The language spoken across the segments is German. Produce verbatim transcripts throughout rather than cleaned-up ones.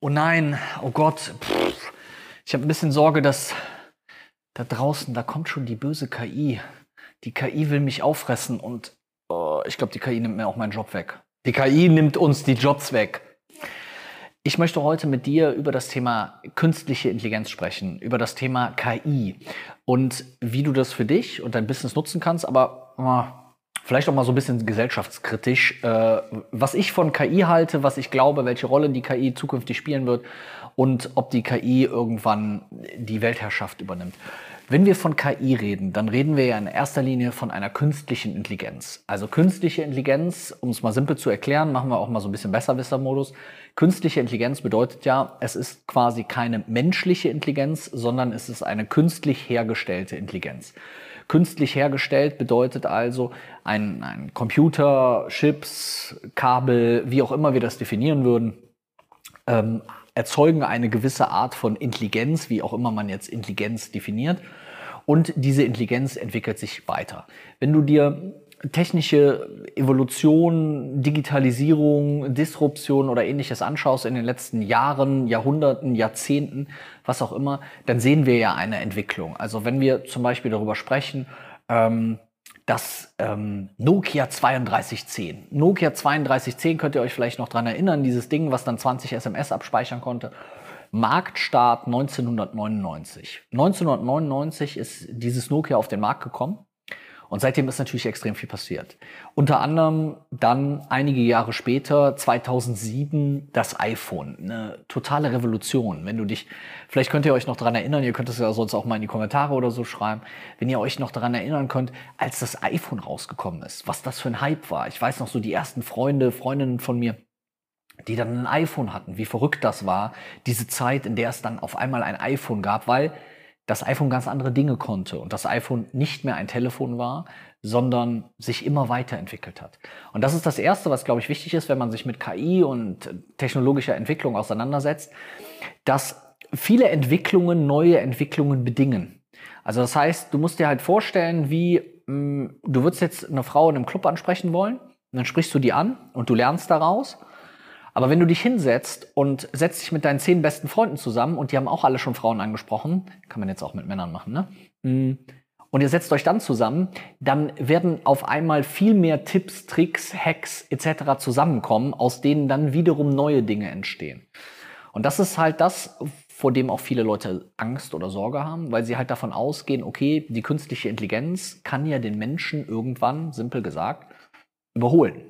Oh nein, oh Gott. Pff. Ich habe ein bisschen Sorge, dass da draußen, da kommt schon die böse K I. Die K I will mich auffressen und oh, ich glaube, die K I nimmt mir auch meinen Job weg. Die K I nimmt uns die Jobs weg. Ich möchte heute mit dir über das Thema künstliche Intelligenz sprechen, über das Thema K I und wie du das für dich und dein Business nutzen kannst, aber äh, vielleicht auch mal so ein bisschen gesellschaftskritisch, äh, was ich von K I halte, was ich glaube, welche Rolle die K I zukünftig spielen wird und ob die K I irgendwann die Weltherrschaft übernimmt. Wenn wir von K I reden, dann reden wir ja in erster Linie von einer künstlichen Intelligenz. Also künstliche Intelligenz, um es mal simpel zu erklären, machen wir auch mal so ein bisschen Besserwisser-Modus. Künstliche Intelligenz bedeutet ja, es ist quasi keine menschliche Intelligenz, sondern es ist eine künstlich hergestellte Intelligenz. Künstlich hergestellt bedeutet also, ein, ein Computer, Chips, Kabel, wie auch immer wir das definieren würden, ähm, erzeugen eine gewisse Art von Intelligenz, wie auch immer man jetzt Intelligenz definiert. Und diese Intelligenz entwickelt sich weiter. Wenn du dir technische Evolution, Digitalisierung, Disruption oder ähnliches anschaust in den letzten Jahren, Jahrhunderten, Jahrzehnten, was auch immer, dann sehen wir ja eine Entwicklung. Also wenn wir zum Beispiel darüber sprechen, ähm, das ähm, Nokia zweiunddreißig zehn. Nokia zweiunddreißig zehn, könnt ihr euch vielleicht noch dran erinnern, dieses Ding, was dann zwanzig S M S abspeichern konnte. Marktstart neunzehnhundertneunundneunzig. neunzehnhundertneunundneunzig ist dieses Nokia auf den Markt gekommen. Und seitdem ist natürlich extrem viel passiert. Unter anderem dann einige Jahre später, zweitausendsieben, das iPhone. Eine totale Revolution. Wenn du dich, vielleicht könnt ihr euch noch daran erinnern, ihr könnt es ja sonst auch mal in die Kommentare oder so schreiben, wenn ihr euch noch daran erinnern könnt, als das iPhone rausgekommen ist, was das für ein Hype war. Ich weiß noch so die ersten Freunde, Freundinnen von mir, die dann ein iPhone hatten, wie verrückt das war, diese Zeit, in der es dann auf einmal ein iPhone gab, weil das iPhone ganz andere Dinge konnte und das iPhone nicht mehr ein Telefon war, sondern sich immer weiterentwickelt hat. Und das ist das Erste, was, glaube ich, wichtig ist, wenn man sich mit K I und technologischer Entwicklung auseinandersetzt, dass viele Entwicklungen neue Entwicklungen bedingen. Also das heißt, du musst dir halt vorstellen, wie mh, du würdest jetzt eine Frau in einem Club ansprechen wollen, und dann sprichst du die an und du lernst daraus. Aber wenn du dich hinsetzt und setzt dich mit deinen zehn besten Freunden zusammen und die haben auch alle schon Frauen angesprochen, kann man jetzt auch mit Männern machen, ne? Und ihr setzt euch dann zusammen, dann werden auf einmal viel mehr Tipps, Tricks, Hacks et cetera zusammenkommen, aus denen dann wiederum neue Dinge entstehen. Und das ist halt das, vor dem auch viele Leute Angst oder Sorge haben, weil sie halt davon ausgehen, okay, die künstliche Intelligenz kann ja den Menschen irgendwann, simpel gesagt, überholen.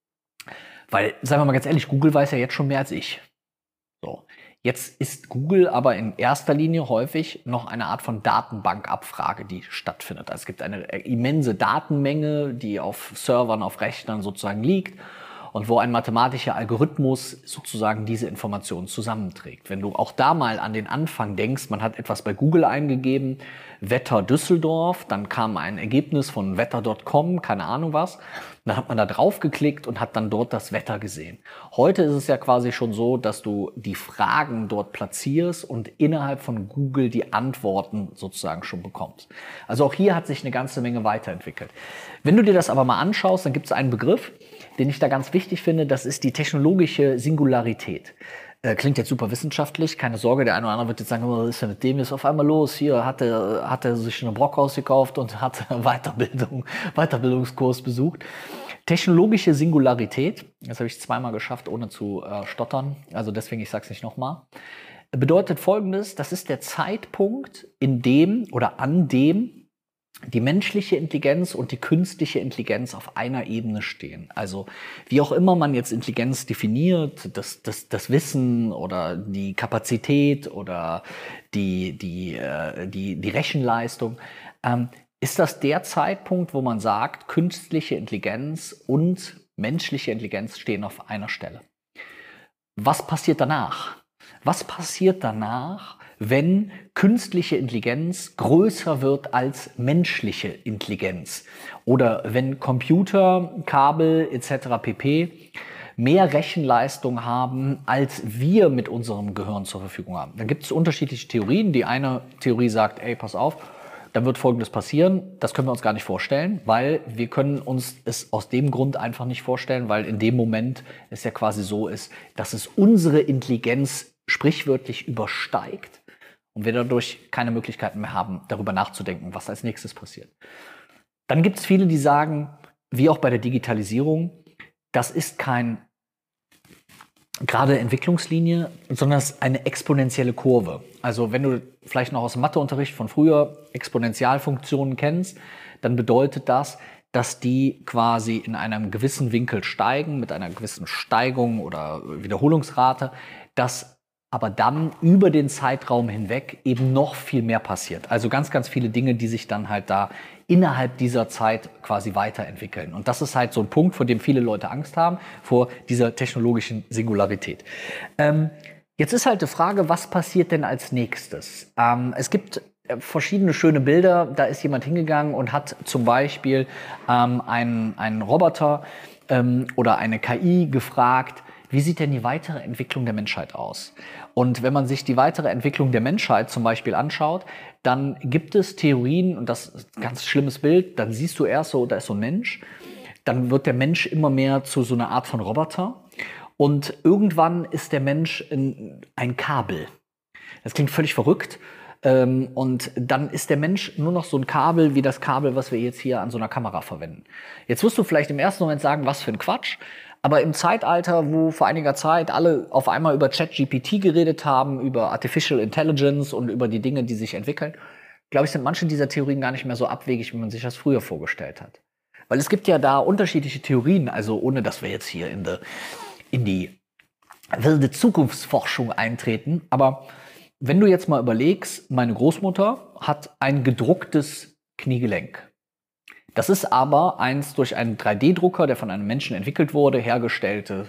Weil, sagen wir mal ganz ehrlich, Google weiß ja jetzt schon mehr als ich. So. Jetzt ist Google aber in erster Linie häufig noch eine Art von Datenbankabfrage, die stattfindet. Also es gibt eine immense Datenmenge, die auf Servern, auf Rechnern sozusagen liegt und wo ein mathematischer Algorithmus sozusagen diese Informationen zusammenträgt. Wenn du auch da mal an den Anfang denkst, man hat etwas bei Google eingegeben, Wetter Düsseldorf, dann kam ein Ergebnis von wetter Punkt com, keine Ahnung was. Dann hat man da drauf geklickt und hat dann dort das Wetter gesehen. Heute ist es ja quasi schon so, dass du die Fragen dort platzierst und innerhalb von Google die Antworten sozusagen schon bekommst. Also auch hier hat sich eine ganze Menge weiterentwickelt. Wenn du dir das aber mal anschaust, dann gibt es einen Begriff, den ich da ganz wichtig finde, das ist die technologische Singularität. Äh, klingt jetzt super wissenschaftlich, keine Sorge, der eine oder andere wird jetzt sagen, oh, was ist denn mit dem jetzt auf einmal los? Hier hat er, hat er sich einen Brockhaus gekauft und hat Weiterbildung, Weiterbildungskurs besucht. Technologische Singularität, das habe ich zweimal geschafft, ohne zu äh, stottern, also deswegen, ich sage es nicht nochmal, bedeutet Folgendes, das ist der Zeitpunkt, in dem oder an dem die menschliche Intelligenz und die künstliche Intelligenz auf einer Ebene stehen. Also wie auch immer man jetzt Intelligenz definiert, das, das, das Wissen oder die Kapazität oder die, die, äh, die, die Rechenleistung, ähm, ist das der Zeitpunkt, wo man sagt, künstliche Intelligenz und menschliche Intelligenz stehen auf einer Stelle. Was passiert danach? Was passiert danach, wenn künstliche Intelligenz größer wird als menschliche Intelligenz? Oder wenn Computer, Kabel et cetera pp. Mehr Rechenleistung haben, als wir mit unserem Gehirn zur Verfügung haben? Dann gibt es unterschiedliche Theorien. Die eine Theorie sagt, ey, pass auf, dann wird Folgendes passieren. Das können wir uns gar nicht vorstellen, weil wir können uns es aus dem Grund einfach nicht vorstellen, weil in dem Moment es ja quasi so ist, dass es unsere Intelligenz sprichwörtlich übersteigt und wir dadurch keine Möglichkeiten mehr haben, darüber nachzudenken, was als nächstes passiert. Dann gibt es viele, die sagen, wie auch bei der Digitalisierung, das ist kein gerade Entwicklungslinie, sondern es ist eine exponentielle Kurve. Also wenn du vielleicht noch aus dem Matheunterricht von früher Exponentialfunktionen kennst, dann bedeutet das, dass die quasi in einem gewissen Winkel steigen, mit einer gewissen Steigung oder Wiederholungsrate, dass aber dann über den Zeitraum hinweg eben noch viel mehr passiert. Also ganz, ganz viele Dinge, die sich dann halt da innerhalb dieser Zeit quasi weiterentwickeln. Und das ist halt so ein Punkt, vor dem viele Leute Angst haben, vor dieser technologischen Singularität. Ähm, jetzt ist halt die Frage, was passiert denn als nächstes? Ähm, es gibt verschiedene schöne Bilder. Da ist jemand hingegangen und hat zum Beispiel ähm, einen, einen Roboter ähm, oder eine K I gefragt, wie sieht denn die weitere Entwicklung der Menschheit aus? Und wenn man sich die weitere Entwicklung der Menschheit zum Beispiel anschaut, dann gibt es Theorien, und das ist ein ganz schlimmes Bild, dann siehst du erst so, da ist so ein Mensch, dann wird der Mensch immer mehr zu so einer Art von Roboter und irgendwann ist der Mensch ein, ein Kabel. Das klingt völlig verrückt. Ähm, und dann ist der Mensch nur noch so ein Kabel wie das Kabel, was wir jetzt hier an so einer Kamera verwenden. Jetzt wirst du vielleicht im ersten Moment sagen, was für ein Quatsch. Aber im Zeitalter, wo vor einiger Zeit alle auf einmal über ChatGPT geredet haben, über Artificial Intelligence und über die Dinge, die sich entwickeln, glaube ich, sind manche dieser Theorien gar nicht mehr so abwegig, wie man sich das früher vorgestellt hat. Weil es gibt ja da unterschiedliche Theorien, also ohne dass wir jetzt hier in die, in die wilde Zukunftsforschung eintreten. Aber wenn du jetzt mal überlegst, meine Großmutter hat ein gedrucktes Kniegelenk. Das ist aber eins durch einen drei D Drucker, der von einem Menschen entwickelt wurde, hergestellte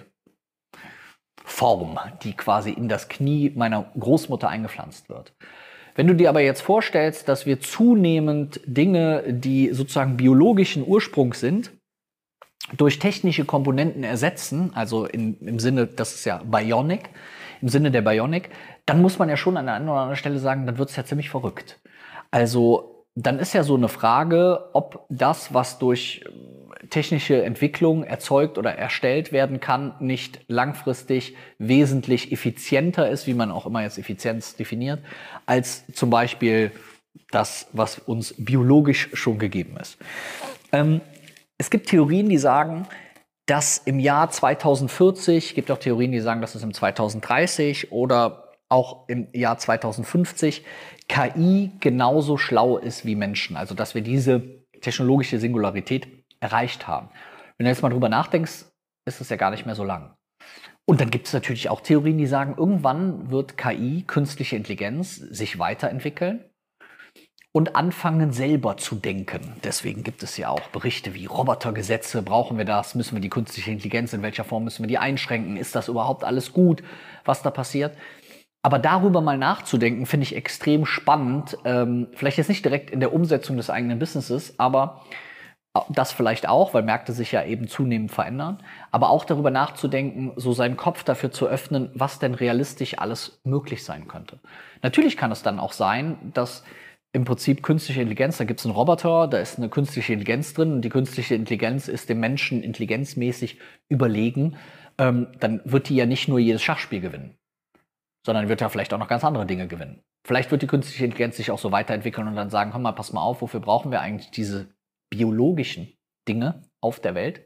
Form, die quasi in das Knie meiner Großmutter eingepflanzt wird. Wenn du dir aber jetzt vorstellst, dass wir zunehmend Dinge, die sozusagen biologischen Ursprungs sind, durch technische Komponenten ersetzen, also in, im Sinne, das ist ja Bionic, im Sinne der Bionic, dann muss man ja schon an der einen oder anderen Stelle sagen, dann wird es ja ziemlich verrückt. Also dann ist ja so eine Frage, ob das, was durch technische Entwicklung erzeugt oder erstellt werden kann, nicht langfristig wesentlich effizienter ist, wie man auch immer jetzt Effizienz definiert, als zum Beispiel das, was uns biologisch schon gegeben ist. Ähm, es gibt Theorien, die sagen, dass im Jahr zweitausendvierzig, gibt auch Theorien, die sagen, dass es im zweitausenddreißig oder auch im Jahr zweitausendfünfzig K I genauso schlau ist wie Menschen. Also dass wir diese technologische Singularität erreicht haben. Wenn du jetzt mal drüber nachdenkst, ist es ja gar nicht mehr so lang. Und dann gibt es natürlich auch Theorien, die sagen, irgendwann wird K I, künstliche Intelligenz, sich weiterentwickeln und anfangen selber zu denken. Deswegen gibt es ja auch Berichte wie Robotergesetze. Brauchen wir das? Müssen wir die künstliche Intelligenz, in welcher Form müssen wir die einschränken? Ist das überhaupt alles gut, was da passiert? Aber darüber mal nachzudenken, finde ich extrem spannend. Ähm, vielleicht jetzt nicht direkt in der Umsetzung des eigenen Businesses, aber das vielleicht auch, weil Märkte sich ja eben zunehmend verändern. Aber auch darüber nachzudenken, so seinen Kopf dafür zu öffnen, was denn realistisch alles möglich sein könnte. Natürlich kann es dann auch sein, dass im Prinzip künstliche Intelligenz, da gibt es einen Roboter, da ist eine künstliche Intelligenz drin und die künstliche Intelligenz ist dem Menschen intelligenzmäßig überlegen. Ähm, dann wird die ja nicht nur jedes Schachspiel gewinnen, sondern wird ja vielleicht auch noch ganz andere Dinge gewinnen. Vielleicht wird die künstliche Intelligenz sich auch so weiterentwickeln und dann sagen, hör mal, pass mal auf, wofür brauchen wir eigentlich diese biologischen Dinge auf der Welt,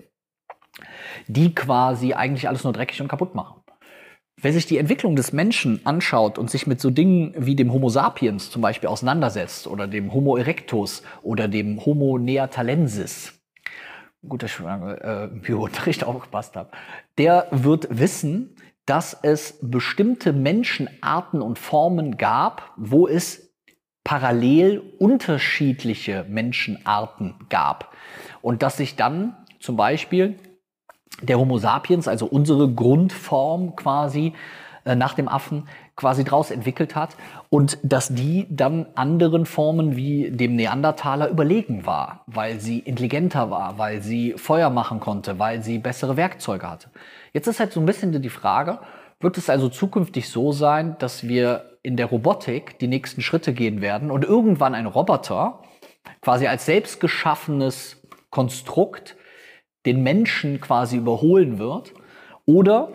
die quasi eigentlich alles nur dreckig und kaputt machen. Wer sich die Entwicklung des Menschen anschaut und sich mit so Dingen wie dem Homo sapiens zum Beispiel auseinandersetzt oder dem Homo erectus oder dem Homo neanderthalensis, gut, dass ich äh, im Biounterricht aufgepasst habe, der wird wissen, dass es bestimmte Menschenarten und Formen gab, wo es parallel unterschiedliche Menschenarten gab. Und dass sich dann zum Beispiel der Homo sapiens, also unsere Grundform quasi äh, nach dem Affen, quasi draus entwickelt hat und dass die dann anderen Formen wie dem Neandertaler überlegen war, weil sie intelligenter war, weil sie Feuer machen konnte, weil sie bessere Werkzeuge hatte. Jetzt ist halt so ein bisschen die Frage, wird es also zukünftig so sein, dass wir in der Robotik die nächsten Schritte gehen werden und irgendwann ein Roboter quasi als selbstgeschaffenes Konstrukt den Menschen quasi überholen wird? Oder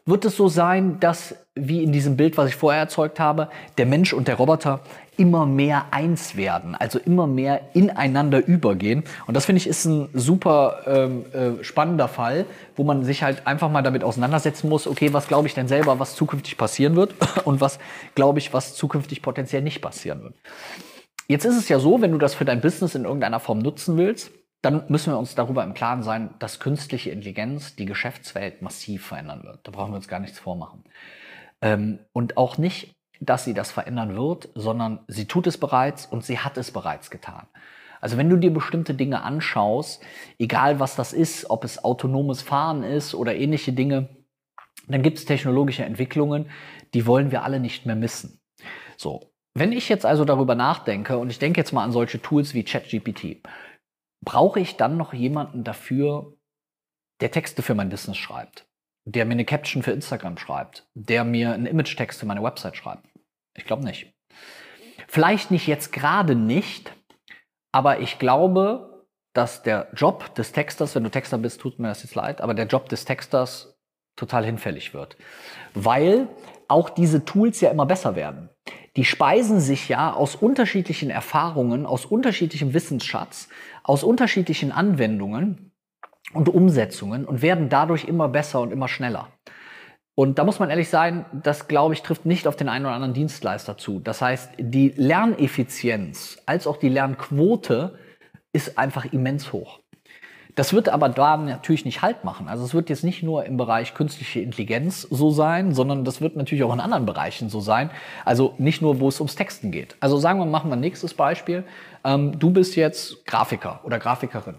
wird es so sein, dass, wie in diesem Bild, was ich vorher erzeugt habe, der Mensch und der Roboter immer mehr eins werden, also immer mehr ineinander übergehen. Und das finde ich ist ein super ähm, äh, spannender Fall, wo man sich halt einfach mal damit auseinandersetzen muss, okay, was glaube ich denn selber, was zukünftig passieren wird und was glaube ich, was zukünftig potenziell nicht passieren wird. Jetzt ist es ja so, wenn du das für dein Business in irgendeiner Form nutzen willst, dann müssen wir uns darüber im Klaren sein, dass künstliche Intelligenz die Geschäftswelt massiv verändern wird. Da brauchen wir uns gar nichts vormachen. Ähm, und auch nicht, dass sie das verändern wird, sondern sie tut es bereits und sie hat es bereits getan. Also wenn du dir bestimmte Dinge anschaust, egal was das ist, ob es autonomes Fahren ist oder ähnliche Dinge, dann gibt es technologische Entwicklungen, die wollen wir alle nicht mehr missen. So, wenn ich jetzt also darüber nachdenke und ich denke jetzt mal an solche Tools wie ChatGPT, brauche ich dann noch jemanden dafür, der Texte für mein Business schreibt, der mir eine Caption für Instagram schreibt, der mir einen Image-Text für meine Website schreibt? Ich glaube nicht. Vielleicht nicht jetzt gerade nicht, aber ich glaube, dass der Job des Texters, wenn du Texter bist, tut mir das jetzt leid, aber der Job des Texters total hinfällig wird. Weil auch diese Tools ja immer besser werden. Die speisen sich ja aus unterschiedlichen Erfahrungen, aus unterschiedlichem Wissensschatz, aus unterschiedlichen Anwendungen und Umsetzungen und werden dadurch immer besser und immer schneller. Und da muss man ehrlich sein, das, glaube ich, trifft nicht auf den einen oder anderen Dienstleister zu. Das heißt, die Lerneffizienz als auch die Lernquote ist einfach immens hoch. Das wird aber da natürlich nicht Halt machen. Also es wird jetzt nicht nur im Bereich künstliche Intelligenz so sein, sondern das wird natürlich auch in anderen Bereichen so sein. Also nicht nur, wo es ums Texten geht. Also sagen wir, machen wir ein nächstes Beispiel. Ähm, du bist jetzt Grafiker oder Grafikerin.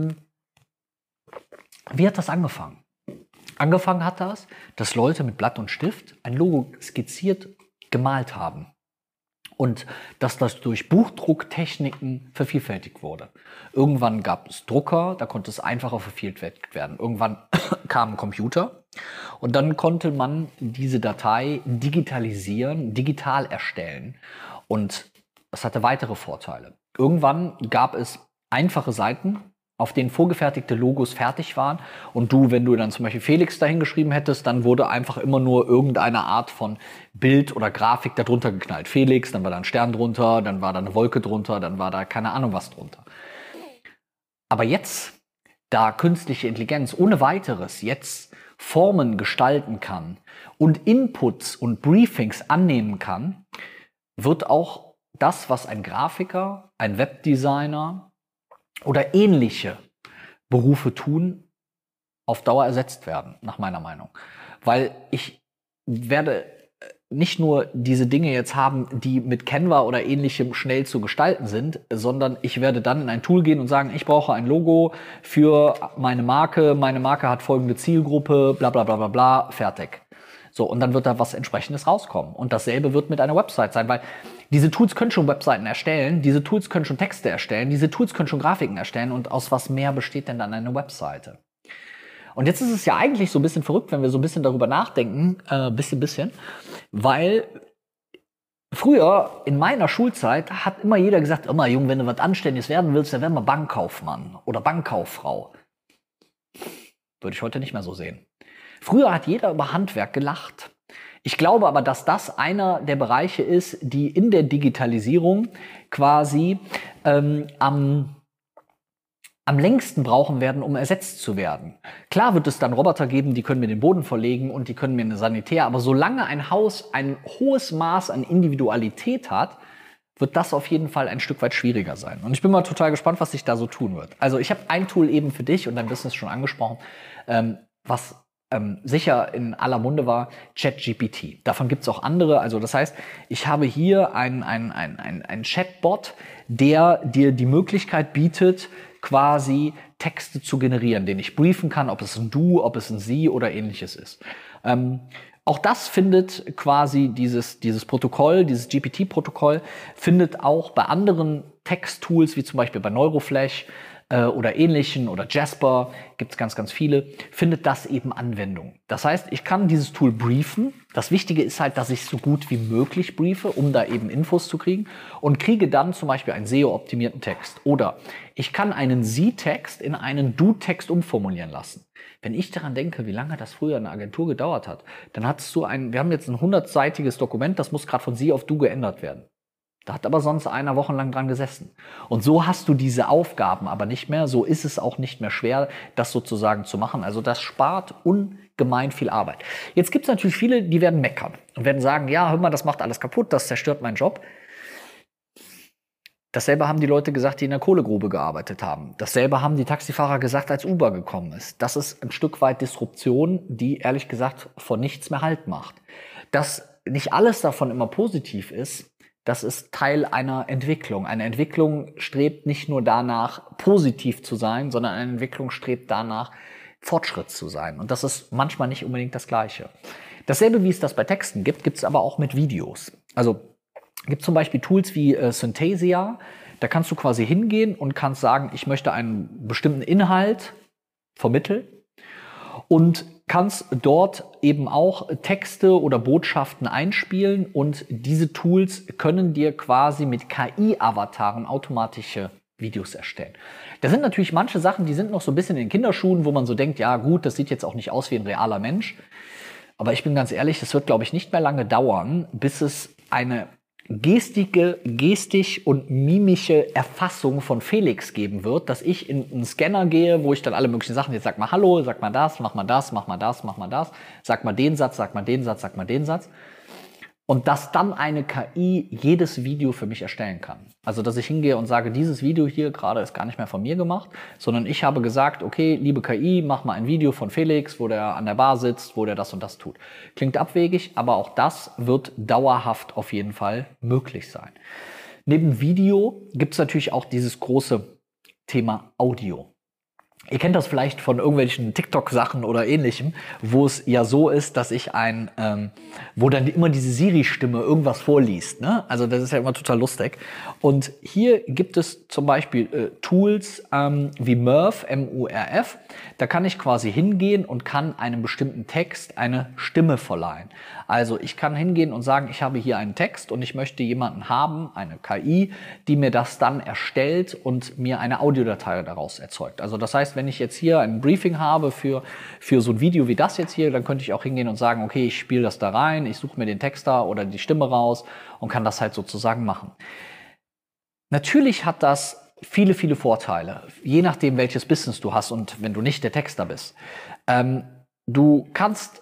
Wie hat das angefangen? Angefangen hat das, dass Leute mit Blatt und Stift ein Logo skizziert gemalt haben. Und dass das durch Buchdrucktechniken vervielfältigt wurde. Irgendwann gab es Drucker, da konnte es einfacher vervielfältigt werden. Irgendwann kam ein Computer und dann konnte man diese Datei digitalisieren, digital erstellen. Und das hatte weitere Vorteile. Irgendwann gab es einfache Seiten, auf denen vorgefertigte Logos fertig waren. Und du, wenn du dann zum Beispiel Felix dahin geschrieben hättest, dann wurde einfach immer nur irgendeine Art von Bild oder Grafik darunter geknallt. Felix, dann war da ein Stern drunter, dann war da eine Wolke drunter, dann war da keine Ahnung was drunter. Aber jetzt, da künstliche Intelligenz ohne weiteres jetzt Formen gestalten kann und Inputs und Briefings annehmen kann, wird auch das, was ein Grafiker, ein Webdesigner oder ähnliche Berufe tun, auf Dauer ersetzt werden, nach meiner Meinung. Weil ich werde nicht nur diese Dinge jetzt haben, die mit Canva oder ähnlichem schnell zu gestalten sind, sondern ich werde dann in ein Tool gehen und sagen, ich brauche ein Logo für meine Marke, meine Marke hat folgende Zielgruppe, bla bla bla bla bla, fertig. So, und dann wird da was Entsprechendes rauskommen. Und dasselbe wird mit einer Website sein, weil diese Tools können schon Webseiten erstellen, diese Tools können schon Texte erstellen, diese Tools können schon Grafiken erstellen und aus was mehr besteht denn dann eine Webseite? Und jetzt ist es ja eigentlich so ein bisschen verrückt, wenn wir so ein bisschen darüber nachdenken, äh, bisschen, bisschen, weil früher in meiner Schulzeit hat immer jeder gesagt, immer Junge, wenn du was Anständiges werden willst, dann werden wir Bankkaufmann oder Bankkauffrau. Würde ich heute nicht mehr so sehen. Früher hat jeder über Handwerk gelacht. Ich glaube aber, dass das einer der Bereiche ist, die in der Digitalisierung quasi ähm, am, am längsten brauchen werden, um ersetzt zu werden. Klar wird es dann Roboter geben, die können mir den Boden verlegen und die können mir eine Sanitär, aber solange ein Haus ein hohes Maß an Individualität hat, wird das auf jeden Fall ein Stück weit schwieriger sein. Und ich bin mal total gespannt, was sich da so tun wird. Also ich habe ein Tool eben für dich und dein Business schon angesprochen, ähm, was Ähm, sicher in aller Munde war, ChatGPT. Davon gibt es auch andere. Also das heißt, ich habe hier einen ein, ein, ein, ein Chatbot, der dir die Möglichkeit bietet, quasi Texte zu generieren, den ich briefen kann, ob es ein Du, ob es ein Sie oder ähnliches ist. Ähm, auch das findet quasi dieses, dieses Protokoll, dieses G P T-Protokoll, findet auch bei anderen Texttools, wie zum Beispiel bei Neuroflash, äh, oder ähnlichen oder Jasper, gibt es ganz, ganz viele, findet das eben Anwendung. Das heißt, ich kann dieses Tool briefen. Das Wichtige ist halt, dass ich so gut wie möglich briefe, um da eben Infos zu kriegen und kriege dann zum Beispiel einen S E O-optimierten Text. Oder ich kann einen Sie-Text in einen Du-Text umformulieren lassen. Wenn ich daran denke, wie lange das früher in der Agentur gedauert hat, dann hattest du ein, wir haben jetzt ein hundertseitiges Dokument, das muss gerade von Sie auf Du geändert werden. Da hat aber sonst einer wochenlang dran gesessen. Und so hast du diese Aufgaben aber nicht mehr. So ist es auch nicht mehr schwer, das sozusagen zu machen. Also das spart ungemein viel Arbeit. Jetzt gibt es natürlich viele, die werden meckern und werden sagen, ja, hör mal, das macht alles kaputt, das zerstört meinen Job. Dasselbe haben die Leute gesagt, die in der Kohlegrube gearbeitet haben. Dasselbe haben die Taxifahrer gesagt, als Uber gekommen ist. Das ist ein Stück weit Disruption, die ehrlich gesagt vor nichts mehr Halt macht. Dass nicht alles davon immer positiv ist, das ist Teil einer Entwicklung. Eine Entwicklung strebt nicht nur danach, positiv zu sein, sondern eine Entwicklung strebt danach, Fortschritt zu sein. Und das ist manchmal nicht unbedingt das Gleiche. Dasselbe, wie es das bei Texten gibt, gibt es aber auch mit Videos. Also gibt zum Beispiel Tools wie äh, Synthesia. Da kannst du quasi hingehen und kannst sagen, ich möchte einen bestimmten Inhalt vermitteln und kannst dort eben auch Texte oder Botschaften einspielen und diese Tools können dir quasi mit K I-Avataren automatische Videos erstellen. Da sind natürlich manche Sachen, die sind noch so ein bisschen in den Kinderschuhen, wo man so denkt, ja gut, das sieht jetzt auch nicht aus wie ein realer Mensch. Aber ich bin ganz ehrlich, es wird, glaube ich, nicht mehr lange dauern, bis es eine gestige, gestisch und mimische Erfassung von Felix geben wird, dass ich in einen Scanner gehe, wo ich dann alle möglichen Sachen, jetzt sag mal Hallo, sag mal das, mach mal das, mach mal das, mach mal das, sag mal den Satz, sag mal den Satz, sag mal den Satz. Und dass dann eine K I jedes Video für mich erstellen kann. Also, dass ich hingehe und sage, dieses Video hier gerade ist gar nicht mehr von mir gemacht, sondern ich habe gesagt, okay, liebe K I, mach mal ein Video von Felix, wo der an der Bar sitzt, wo der das und das tut. Klingt abwegig, aber auch das wird dauerhaft auf jeden Fall möglich sein. Neben Video gibt es natürlich auch dieses große Thema Audio. Ihr kennt das vielleicht von irgendwelchen TikTok-Sachen oder ähnlichem, wo es ja so ist, dass ich ein, ähm, wo dann immer diese Siri-Stimme irgendwas vorliest, ne? Also das ist ja immer total lustig. Und hier gibt es zum Beispiel äh, Tools ähm, wie Murf, M U R F. Da kann ich quasi hingehen und kann einem bestimmten Text eine Stimme verleihen. Also ich kann hingehen und sagen, ich habe hier einen Text und ich möchte jemanden haben, eine K I, die mir das dann erstellt und mir eine Audiodatei daraus erzeugt. Also das heißt, wenn ich jetzt hier ein Briefing habe für, für so ein Video wie das jetzt hier, dann könnte ich auch hingehen und sagen, okay, ich spiele das da rein, ich suche mir den Text da oder die Stimme raus und kann das halt sozusagen machen. Natürlich hat das viele, viele Vorteile, je nachdem, welches Business du hast und wenn du nicht der Texter bist. Ähm, du kannst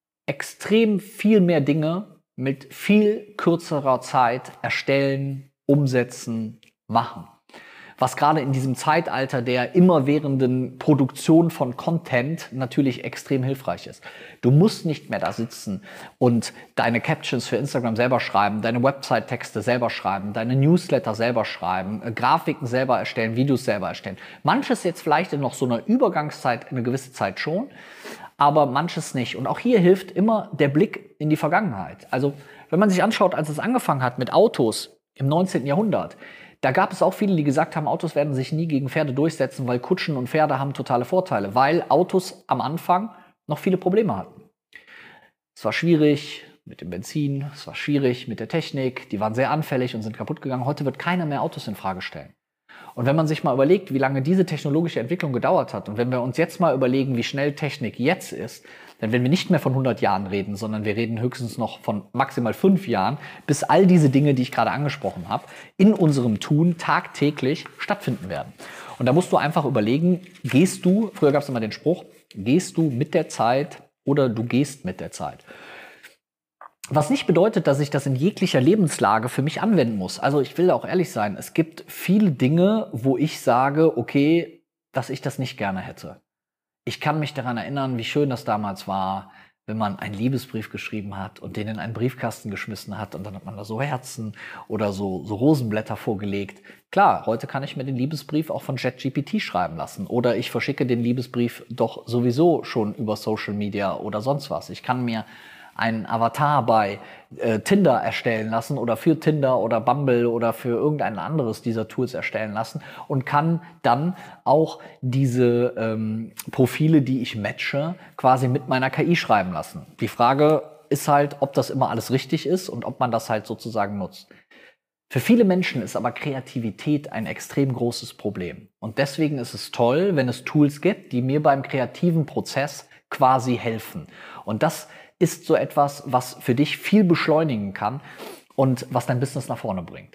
extrem viel mehr Dinge mit viel kürzerer Zeit erstellen, umsetzen, machen. Was gerade in diesem Zeitalter der immerwährenden Produktion von Content natürlich extrem hilfreich ist. Du musst nicht mehr da sitzen und deine Captions für Instagram selber schreiben, deine Website-Texte selber schreiben, deine Newsletter selber schreiben, äh, Grafiken selber erstellen, Videos selber erstellen. Manches jetzt vielleicht in noch so einer Übergangszeit, eine gewisse Zeit schon, aber manches nicht. Und auch hier hilft immer der Blick in die Vergangenheit. Also wenn man sich anschaut, als es angefangen hat mit Autos im neunzehnten Jahrhundert, da gab es auch viele, die gesagt haben, Autos werden sich nie gegen Pferde durchsetzen, weil Kutschen und Pferde haben totale Vorteile, weil Autos am Anfang noch viele Probleme hatten. Es war schwierig mit dem Benzin, es war schwierig mit der Technik, die waren sehr anfällig und sind kaputt gegangen. Heute wird keiner mehr Autos in Frage stellen. Und wenn man sich mal überlegt, wie lange diese technologische Entwicklung gedauert hat und wenn wir uns jetzt mal überlegen, wie schnell Technik jetzt ist, dann werden wir nicht mehr von hundert Jahren reden, sondern wir reden höchstens noch von maximal fünf Jahren, bis all diese Dinge, die ich gerade angesprochen habe, in unserem Tun tagtäglich stattfinden werden. Und da musst du einfach überlegen, gehst du, früher gab es immer den Spruch, gehst du mit der Zeit oder du gehst mit der Zeit. Was nicht bedeutet, dass ich das in jeglicher Lebenslage für mich anwenden muss. Also ich will auch ehrlich sein, es gibt viele Dinge, wo ich sage, okay, dass ich das nicht gerne hätte. Ich kann mich daran erinnern, wie schön das damals war, wenn man einen Liebesbrief geschrieben hat und den in einen Briefkasten geschmissen hat und dann hat man da so Herzen oder so, so Rosenblätter vorgelegt. Klar, heute kann ich mir den Liebesbrief auch von ChatGPT schreiben lassen oder ich verschicke den Liebesbrief doch sowieso schon über Social Media oder sonst was. Ich kann mir einen Avatar bei äh, Tinder erstellen lassen oder für Tinder oder Bumble oder für irgendein anderes dieser Tools erstellen lassen und kann dann auch diese ähm, Profile, die ich matche, quasi mit meiner K I schreiben lassen. Die Frage ist halt, ob das immer alles richtig ist und ob man das halt sozusagen nutzt. Für viele Menschen ist aber Kreativität ein extrem großes Problem. Und deswegen ist es toll, wenn es Tools gibt, die mir beim kreativen Prozess quasi helfen. Und das ist so etwas, was für dich viel beschleunigen kann und was dein Business nach vorne bringt.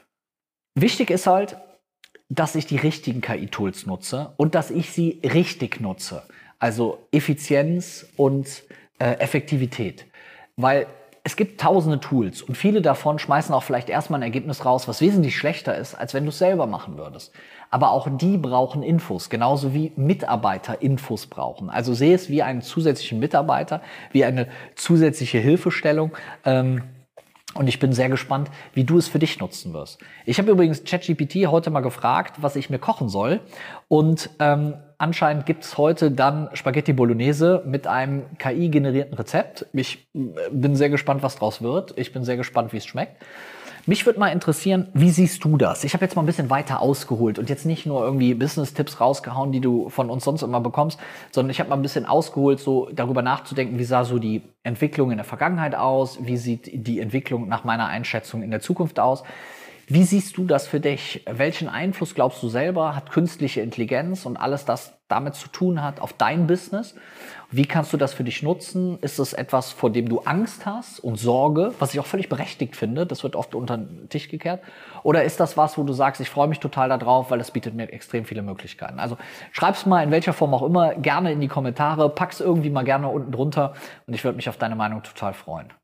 Wichtig ist halt, dass ich die richtigen K I-Tools nutze und dass ich sie richtig nutze. Also Effizienz und äh, Effektivität. Weil es gibt tausende Tools und viele davon schmeißen auch vielleicht erstmal ein Ergebnis raus, was wesentlich schlechter ist, als wenn du es selber machen würdest. Aber auch die brauchen Infos, genauso wie Mitarbeiter Infos brauchen. Also sehe es wie einen zusätzlichen Mitarbeiter, wie eine zusätzliche Hilfestellung. Ähm, Und ich bin sehr gespannt, wie du es für dich nutzen wirst. Ich habe übrigens ChatGPT heute mal gefragt, was ich mir kochen soll. Und ähm, anscheinend gibt es heute dann Spaghetti Bolognese mit einem K I-generierten Rezept. Ich äh, bin sehr gespannt, was draus wird. Ich bin sehr gespannt, wie es schmeckt. Mich würde mal interessieren, wie siehst du das? Ich habe jetzt mal ein bisschen weiter ausgeholt und jetzt nicht nur irgendwie Business-Tipps rausgehauen, die du von uns sonst immer bekommst, sondern ich habe mal ein bisschen ausgeholt, so darüber nachzudenken, wie sah so die Entwicklung in der Vergangenheit aus, wie sieht die Entwicklung nach meiner Einschätzung in der Zukunft aus. Wie siehst du das für dich? Welchen Einfluss glaubst du selber hat künstliche Intelligenz und alles, das damit zu tun hat, auf dein Business? Wie kannst du das für dich nutzen? Ist es etwas, vor dem du Angst hast und Sorge, was ich auch völlig berechtigt finde? Das wird oft unter den Tisch gekehrt. Oder ist das was, wo du sagst, ich freue mich total darauf, weil das bietet mir extrem viele Möglichkeiten? Also schreib's mal in welcher Form auch immer gerne in die Kommentare, pack's irgendwie mal gerne unten drunter und ich würde mich auf deine Meinung total freuen.